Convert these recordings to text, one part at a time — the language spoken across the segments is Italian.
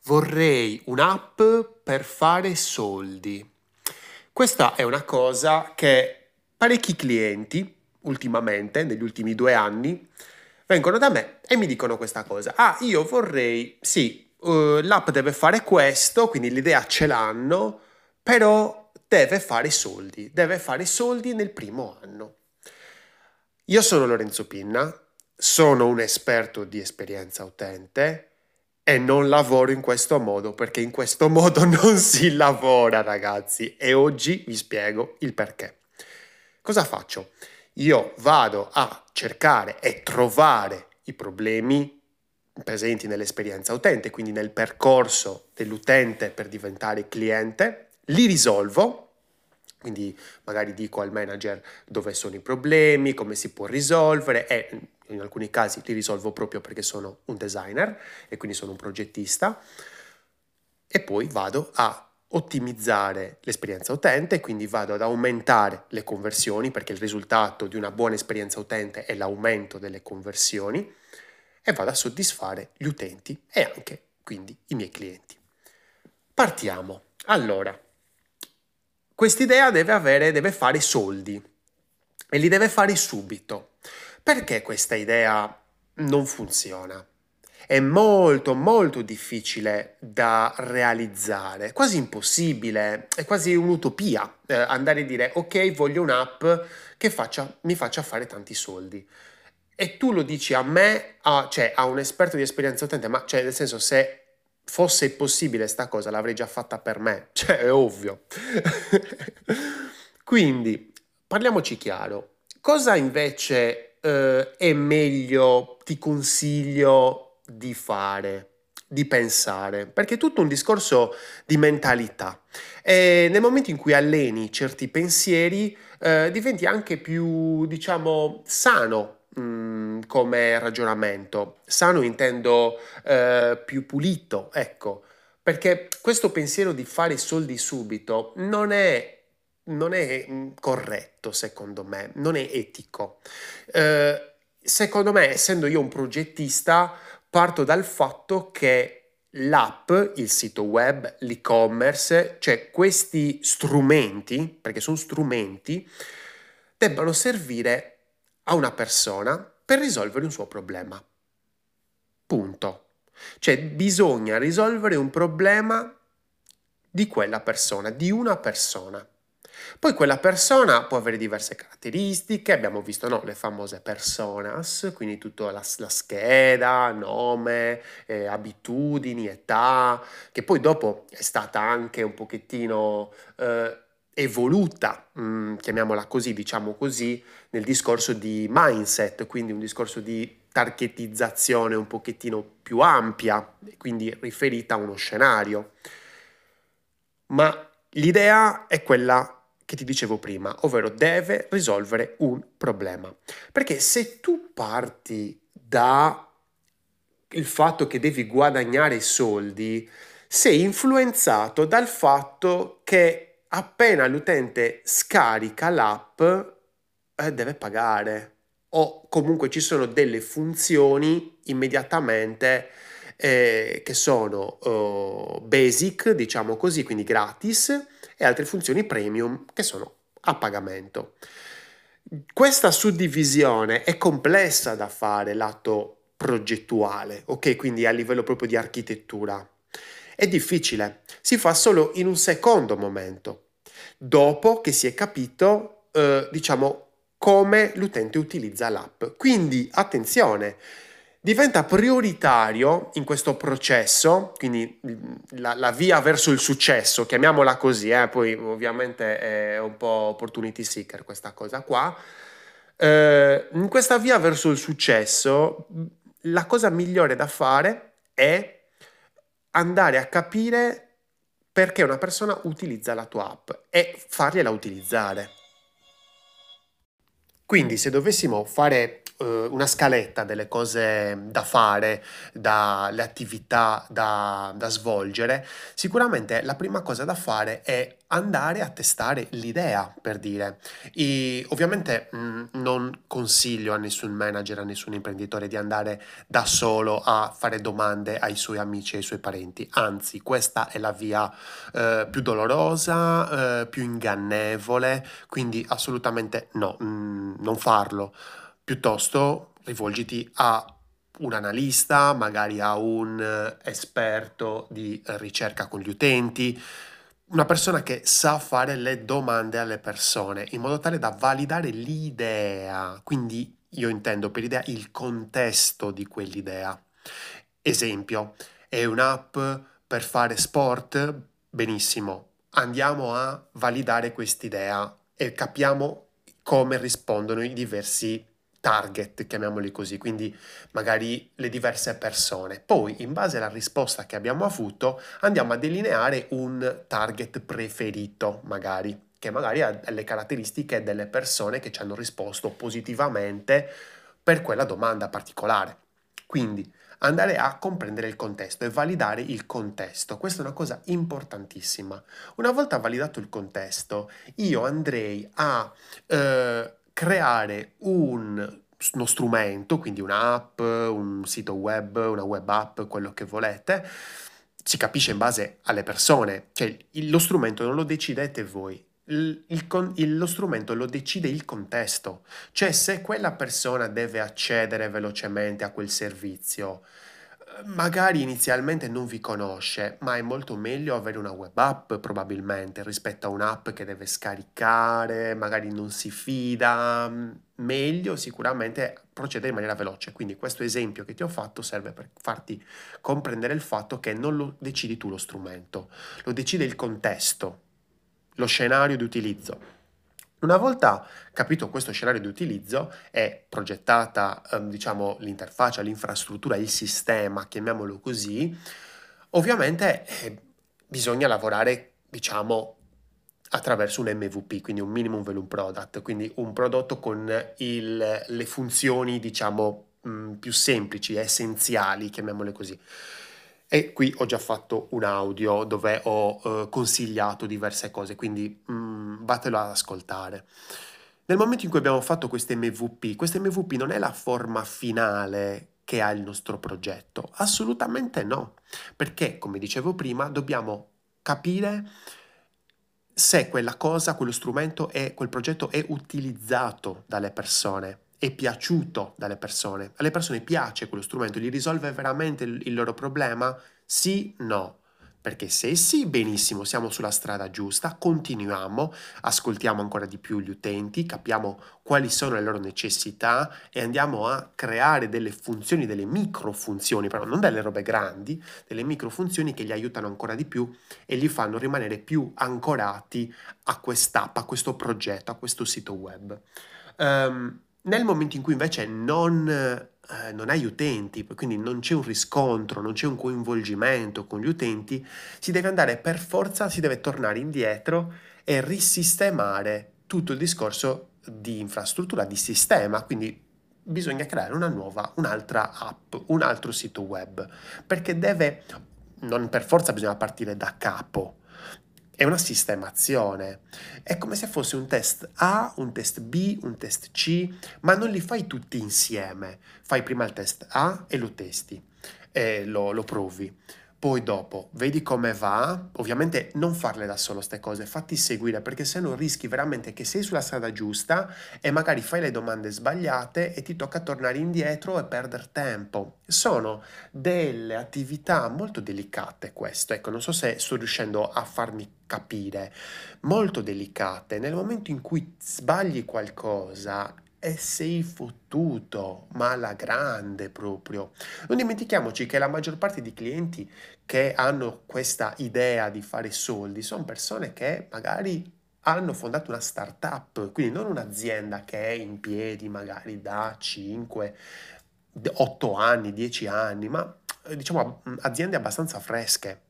Vorrei un'app per fare soldi. Questa è una cosa che parecchi clienti, ultimamente, negli ultimi 2 anni, vengono da me e mi dicono questa cosa. Ah, io vorrei, sì, l'app deve fare questo, quindi l'idea ce l'hanno, però deve fare soldi nel primo anno. Io sono Lorenzo Pinna, sono un esperto di esperienza utente e non lavoro in questo modo perché in questo modo non si lavora, ragazzi, e oggi vi spiego il perché. Cosa faccio? Io vado a cercare e trovare i problemi presenti nell'esperienza utente, quindi nel percorso dell'utente per diventare cliente, li risolvo, quindi magari dico al manager dove sono i problemi, come si può risolvere e in alcuni casi li risolvo proprio perché sono un designer e quindi sono un progettista e poi vado a ottimizzare l'esperienza utente, quindi vado ad aumentare le conversioni perché il risultato di una buona esperienza utente è l'aumento delle conversioni e vado a soddisfare gli utenti e anche quindi i miei clienti. Partiamo. Allora, quest'idea deve fare soldi e li deve fare subito. Perché questa idea non funziona? È molto molto difficile da realizzare, quasi impossibile, è quasi un'utopia andare a dire ok, voglio un'app che mi faccia fare tanti soldi. E tu lo dici a me, cioè a un esperto di esperienza utente, ma cioè nel senso se fosse possibile sta cosa l'avrei già fatta per me, cioè è ovvio. Quindi parliamoci chiaro, cosa invece è meglio, ti consiglio di fare, di pensare? Perché è tutto un discorso di mentalità e nel momento in cui alleni certi pensieri diventi anche più, diciamo, sano come ragionamento. Sano intendo più pulito, ecco, perché questo pensiero di fare soldi subito non è corretto, secondo me, non è etico. Secondo me, essendo io un progettista, parto dal fatto che l'app, il sito web, l'e-commerce, cioè questi strumenti, perché sono strumenti, debbano servire a una persona per risolvere un suo problema. Punto. Cioè bisogna risolvere un problema di quella persona, di una persona. Poi quella persona può avere diverse caratteristiche, abbiamo visto no, le famose personas, quindi tutta la scheda, nome, abitudini, età, che poi dopo è stata anche un pochettino evoluta, chiamiamola così, diciamo così, nel discorso di mindset, quindi un discorso di targetizzazione un pochettino più ampia, quindi riferita a uno scenario. Ma l'idea è quella che ti dicevo prima, ovvero deve risolvere un problema. Perché se tu parti da il fatto che devi guadagnare soldi, sei influenzato dal fatto che appena l'utente scarica l'app, deve pagare o comunque ci sono delle funzioni immediatamente che sono basic, diciamo così, quindi gratis, e altre funzioni premium che sono a pagamento. Questa suddivisione è complessa da fare lato progettuale, ok? Quindi a livello proprio di architettura. È difficile, si fa solo in un secondo momento, dopo che si è capito, diciamo, come l'utente utilizza l'app. Quindi, attenzione, diventa prioritario in questo processo, quindi la via verso il successo, chiamiamola così, poi ovviamente è un po' opportunity seeker questa cosa qua. In questa via verso il successo, la cosa migliore da fare è andare a capire perché una persona utilizza la tua app e fargliela utilizzare. Quindi se dovessimo fare una scaletta delle cose da fare, dalle attività da svolgere, sicuramente la prima cosa da fare è andare a testare l'idea, per dire. Ovviamente non consiglio a nessun manager, a nessun imprenditore di andare da solo a fare domande ai suoi amici e ai suoi parenti, anzi questa è la via più dolorosa, più ingannevole, quindi assolutamente no, non farlo. Piuttosto rivolgiti a un analista, magari a un esperto di ricerca con gli utenti, una persona che sa fare le domande alle persone in modo tale da validare l'idea. Quindi io intendo per idea il contesto di quell'idea. Esempio, è un'app per fare sport? Benissimo, andiamo a validare quest'idea e capiamo come rispondono i diversi target, chiamiamoli così, quindi magari le diverse persone. Poi, in base alla risposta che abbiamo avuto, andiamo a delineare un target preferito, magari, che magari ha le caratteristiche delle persone che ci hanno risposto positivamente per quella domanda particolare. Quindi, andare a comprendere il contesto e validare il contesto. Questa è una cosa importantissima. Una volta validato il contesto, io andrei a creare uno strumento, quindi un'app, un sito web, una web app, quello che volete. Si capisce in base alle persone, cioè lo strumento non lo decidete voi. Lo strumento lo decide il contesto, cioè se quella persona deve accedere velocemente a quel servizio, magari inizialmente non vi conosce, ma è molto meglio avere una web app probabilmente rispetto a un'app che deve scaricare, magari non si fida, meglio sicuramente procedere in maniera veloce. Quindi questo esempio che ti ho fatto serve per farti comprendere il fatto che non lo decidi tu lo strumento, lo decide il contesto, lo scenario di utilizzo. Una volta capito questo scenario di utilizzo e progettata, diciamo, l'interfaccia, l'infrastruttura, il sistema, chiamiamolo così, ovviamente bisogna lavorare, diciamo, attraverso un MVP, quindi un minimum volume product, quindi un prodotto con le funzioni, diciamo, più semplici, essenziali, chiamiamole così. E qui ho già fatto un audio dove ho consigliato diverse cose, quindi vatelo ad ascoltare. Nel momento in cui abbiamo fatto questo MVP non è la forma finale che ha il nostro progetto, assolutamente no, perché, come dicevo prima, dobbiamo capire se quella cosa, quello strumento e quel progetto è utilizzato dalle persone, è piaciuto dalle persone. Alle persone piace quello strumento, gli risolve veramente il loro problema? Sì, no. Perché se sì, benissimo, siamo sulla strada giusta, continuiamo, ascoltiamo ancora di più gli utenti, capiamo quali sono le loro necessità e andiamo a creare delle funzioni, delle microfunzioni, però non delle robe grandi, delle microfunzioni che gli aiutano ancora di più e li fanno rimanere più ancorati a quest'app, a questo progetto, a questo sito web. Nel momento in cui invece non hai utenti, quindi non c'è un riscontro, non c'è un coinvolgimento con gli utenti, si deve andare per forza, si deve tornare indietro e risistemare tutto il discorso di infrastruttura, di sistema, quindi bisogna creare un'altra app, un altro sito web, perché non per forza bisogna partire da capo, è una sistemazione, è come se fosse un test A, un test B, un test C, ma non li fai tutti insieme, fai prima il test A e lo testi, e lo provi. Poi dopo, vedi come va, ovviamente non farle da solo ste cose, fatti seguire perché se no rischi veramente che sei sulla strada giusta e magari fai le domande sbagliate e ti tocca tornare indietro e perdere tempo. Sono delle attività molto delicate questo, ecco, non so se sto riuscendo a farmi capire, molto delicate. Nel momento in cui sbagli qualcosa e sei fottuto, ma alla grande proprio. Non dimentichiamoci che la maggior parte di clienti che hanno questa idea di fare soldi sono persone che magari hanno fondato una startup, quindi non un'azienda che è in piedi magari da 5, 8 anni, 10 anni, ma diciamo aziende abbastanza fresche.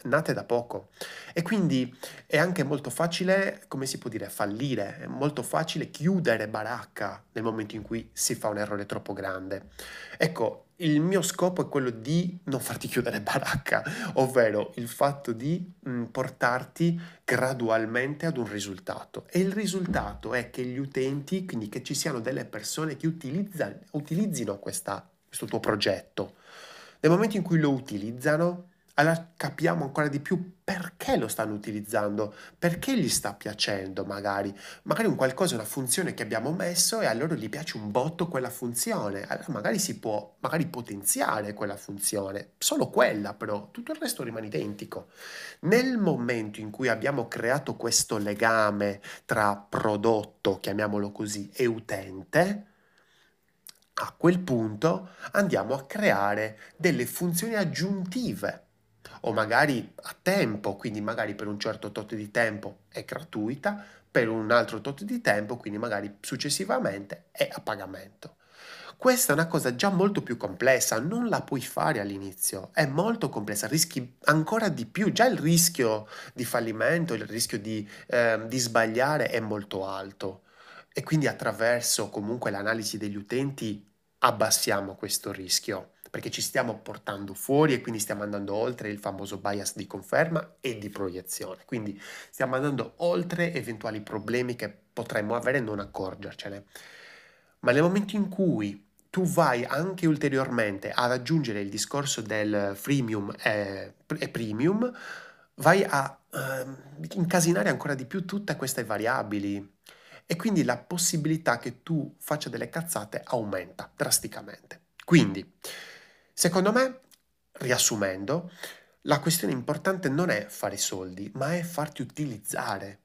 nate da poco e quindi è anche molto facile, come si può dire, fallire, è molto facile chiudere baracca nel momento in cui si fa un errore troppo grande. Ecco, il mio scopo è quello di non farti chiudere baracca, ovvero il fatto di portarti gradualmente ad un risultato. E il risultato è che gli utenti, quindi che ci siano delle persone che utilizzino questo tuo progetto. Nel momento in cui lo utilizzano, allora capiamo ancora di più perché lo stanno utilizzando, perché gli sta piacendo magari un qualcosa, una funzione che abbiamo messo e a loro gli piace un botto quella funzione, allora magari si può magari potenziare quella funzione, solo quella però, tutto il resto rimane identico. Nel momento in cui abbiamo creato questo legame tra prodotto, chiamiamolo così, e utente, a quel punto andiamo a creare delle funzioni aggiuntive o magari a tempo, quindi magari per un certo tot di tempo è gratuita, per un altro tot di tempo, quindi magari successivamente è a pagamento. Questa è una cosa già molto più complessa, non la puoi fare all'inizio, è molto complessa, rischi ancora di più, già il rischio di fallimento, il rischio di sbagliare è molto alto e quindi attraverso comunque l'analisi degli utenti abbassiamo questo rischio perché ci stiamo portando fuori e quindi stiamo andando oltre il famoso bias di conferma e di proiezione. Quindi stiamo andando oltre eventuali problemi che potremmo avere e non accorgercene. Ma nel momento in cui tu vai anche ulteriormente ad aggiungere il discorso del freemium e premium, vai a incasinare ancora di più tutte queste variabili e quindi la possibilità che tu faccia delle cazzate aumenta drasticamente. Quindi, secondo me, riassumendo, la questione importante non è fare soldi, ma è farti utilizzare.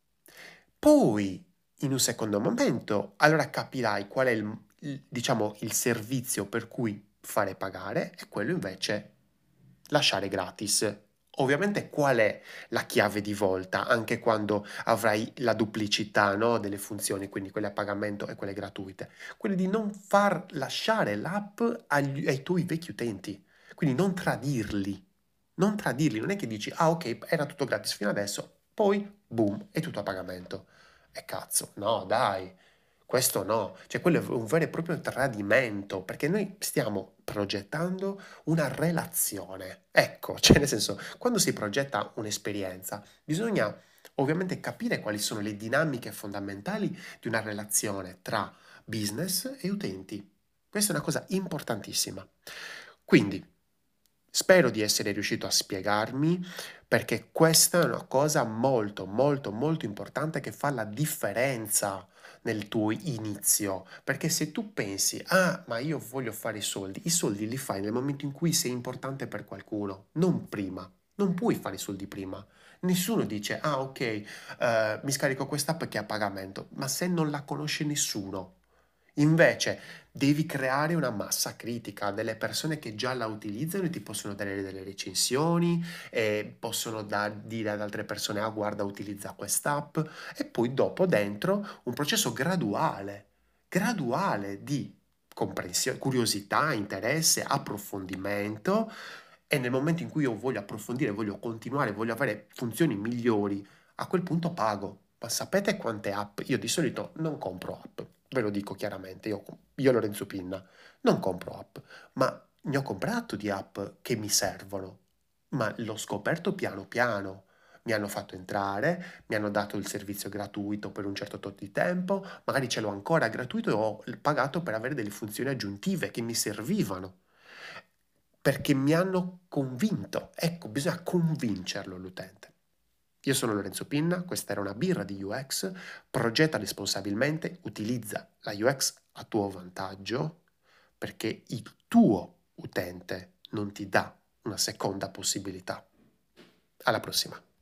Poi, in un secondo momento, allora capirai qual è diciamo, il servizio per cui fare pagare e quello invece lasciare gratis. Ovviamente qual è la chiave di volta anche quando avrai la duplicità, no, delle funzioni, quindi quelle a pagamento e quelle gratuite? Quelle di non far lasciare l'app ai tuoi vecchi utenti, quindi non tradirli. Non tradirli, non è che dici, ah ok, era tutto gratis fino adesso, poi boom, è tutto a pagamento. E cazzo, no, dai, questo no, cioè quello è un vero e proprio tradimento, perché noi stiamo progettando una relazione. Ecco, cioè nel senso, quando si progetta un'esperienza, bisogna ovviamente capire quali sono le dinamiche fondamentali di una relazione tra business e utenti. Questa è una cosa importantissima. Quindi, spero di essere riuscito a spiegarmi perché questa è una cosa molto, molto, molto importante che fa la differenza nel tuo inizio. Perché se tu pensi, ah, ma io voglio fare i soldi li fai nel momento in cui sei importante per qualcuno, non prima. Non puoi fare i soldi prima. Nessuno dice, ah, ok, mi scarico quest'app che è a pagamento, ma se non la conosce nessuno. Invece devi creare una massa critica, delle persone che già la utilizzano e ti possono dare delle recensioni e possono dire ad altre persone, ah guarda, utilizza quest'app e poi dopo dentro un processo graduale di comprensione, curiosità, interesse, approfondimento e nel momento in cui io voglio approfondire, voglio continuare, voglio avere funzioni migliori, a quel punto pago. Ma sapete quante app? Io di solito non compro app, ve lo dico chiaramente, io Lorenzo Pinna, non compro app, ma ne ho comprato di app che mi servono, ma l'ho scoperto piano piano. Mi hanno fatto entrare, mi hanno dato il servizio gratuito per un certo tot di tempo, magari ce l'ho ancora gratuito e ho pagato per avere delle funzioni aggiuntive che mi servivano. Perché mi hanno convinto. Ecco, bisogna convincerlo l'utente. Io sono Lorenzo Pinna, questa era una birra di UX, progetta responsabilmente, utilizza la UX a tuo vantaggio perché il tuo utente non ti dà una seconda possibilità. Alla prossima.